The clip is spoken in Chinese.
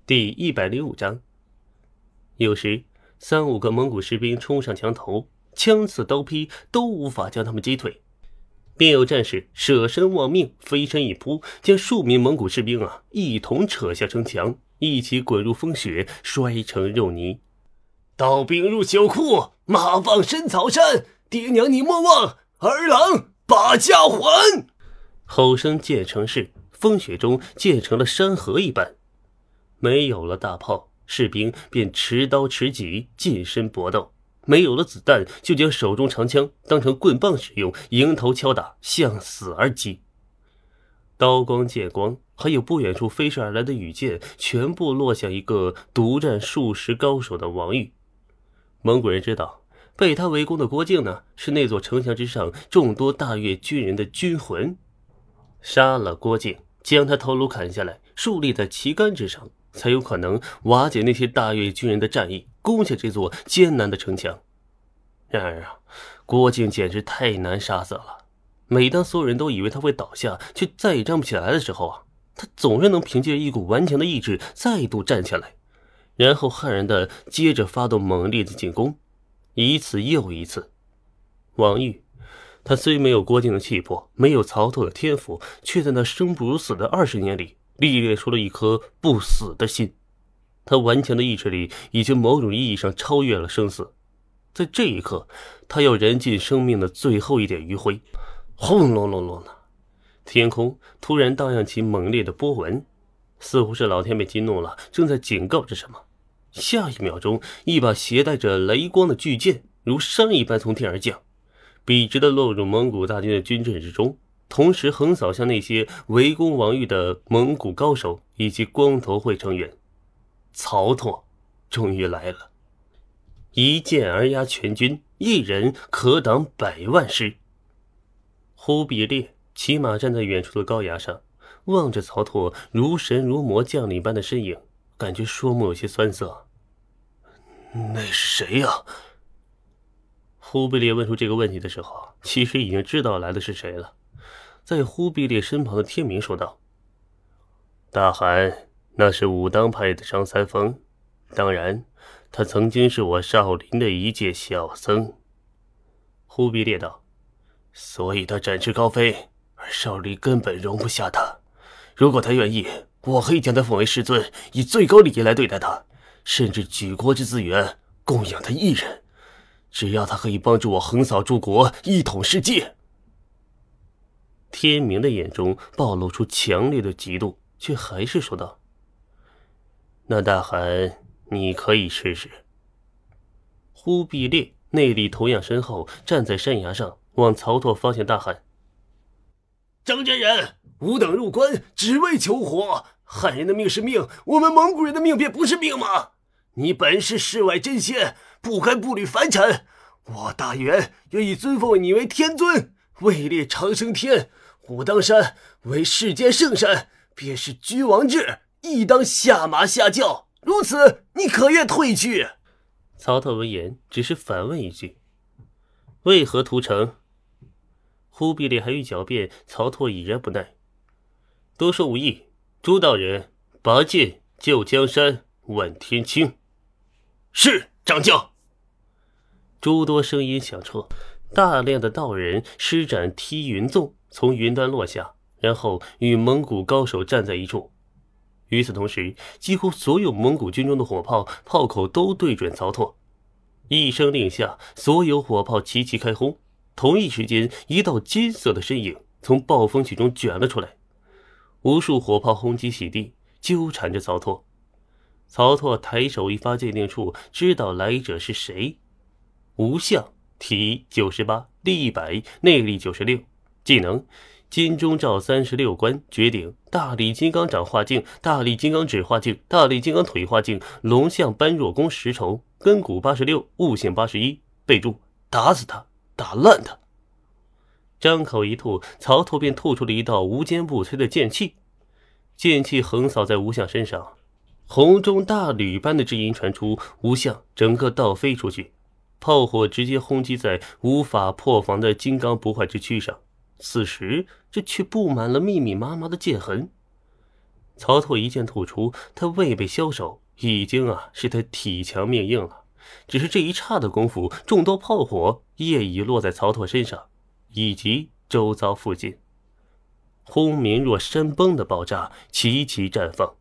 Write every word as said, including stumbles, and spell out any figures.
第一百零五章。有时三五个蒙古士兵冲上墙头，枪刺刀劈都无法将他们击退，便有战士舍身忘命，飞身一扑，将数名蒙古士兵啊一同扯下城墙，一起滚入风雪，摔成肉泥。 刀兵入酒库，马放深草山，爹娘你莫忘，儿郎把家还。 吼声渐成势，风雪中建成了山河一般。没有了大炮，士兵便持刀持戟近身搏斗，没有了子弹，就将手中长枪当成棍棒使用，迎头敲打，向死而击。刀光剑光，还有不远处飞射而来的羽箭，全部落向一个独占数十高手的王玉。蒙古人知道，被他围攻的郭靖呢，是那座城墙之上众多大越军人的军魂。杀了郭靖，将他头颅砍下来，竖立在旗杆之上，才有可能瓦解那些大越军人的战役，攻下这座艰难的城墙。然而啊，郭靖简直太难杀死了。每当所有人都以为他会倒下，却再也站不起来的时候啊，他总是能凭借一股顽强的意志再度站起来，然后悍然的接着发动猛烈的进攻，一次又一次。王玉，他虽没有郭靖的气魄，没有曹操的天赋，却在那生不如死的二十年里历练出了一颗不死的心。他顽强的意志力已经某种意义上超越了生死。在这一刻，他要燃尽生命的最后一点余晖。轰隆隆隆的，天空突然荡漾起猛烈的波纹，似乎是老天被激怒了，正在警告着什么。下一秒钟，一把携带着雷光的巨剑如山一般从天而降，笔直地落入蒙古大军的军阵之中，同时横扫向那些围攻王玉的蒙古高手以及光头会成员。曹操终于来了，一剑而压全军，一人可挡百万师。忽必烈骑马站在远处的高崖上，望着曹操如神如魔将领般的身影，感觉双目有些酸涩。 那是谁呀？ 忽必烈问出这个问题的时候，其实已经知道来的是谁了。在忽必烈身旁的天明说道：大汗，那是武当派的张三丰，当然他曾经是我少林的一介小僧。忽必烈道： 所以他展翅高飞，而少林根本容不下他。如果他愿意，我可以将他奉为师尊，以最高礼仪来对待他，甚至举国之资源供养他一人，只要他可以帮助我横扫诸国，一统世界。 天明的眼中暴露出强烈的嫉妒，却还是说道：那大汗，你可以试试。忽必烈内力同样深厚，站在山崖上往曹操方向大喊： 张真人，吾等入关只为求活，汉人的命是命，我们蒙古人的命便不是命吗？你本是世外真仙，不该步履凡尘，我大元愿意尊奉你为天尊，位列长生天。武当山为世间圣山，便是君王制，亦当下马下轿，如此你可愿退去？ 曹操闻言只是反问一句：为何屠城？忽必烈还欲狡辩，曹操已然不耐。多说无益，朱道人，拔剑救江山，问天清。 是，掌教。 诸多声音响彻，大量的道人施展踢云纵，从云端落下，然后与蒙古高手站在一处。与此同时，几乎所有蒙古军中的火炮炮口都对准曹操。一声令下，所有火炮齐齐开轰。同一时间，一道金色的身影从暴风雪中卷了出来，无数火炮轰击洗地，纠缠着曹操。曹操抬手一发鉴定处，知道来者是谁。无相，体九十八，力一百，内力九十六，技能金钟罩三十六关绝顶，大力金刚掌化境，大力金刚指化境，大力金刚腿化境，龙象般若功十重，根骨八十六，悟性八十一。备注：打死他，打烂他。张口一吐，曹操便吐出了一道无坚不摧的剑气。剑气横扫在吴相身上，洪钟大吕般的之音传出，吴相整个倒飞出去，炮火直接轰击在无法破防的金刚不坏之躯上。此时这却布满了密密麻麻的剑痕。 曹拓一剑吐出，他未被消手，已经啊是他体强命硬了。只是这一刹的功夫，众多炮火业已落在曹拓身上以及周遭附近，轰鸣若山崩的爆炸齐齐绽放。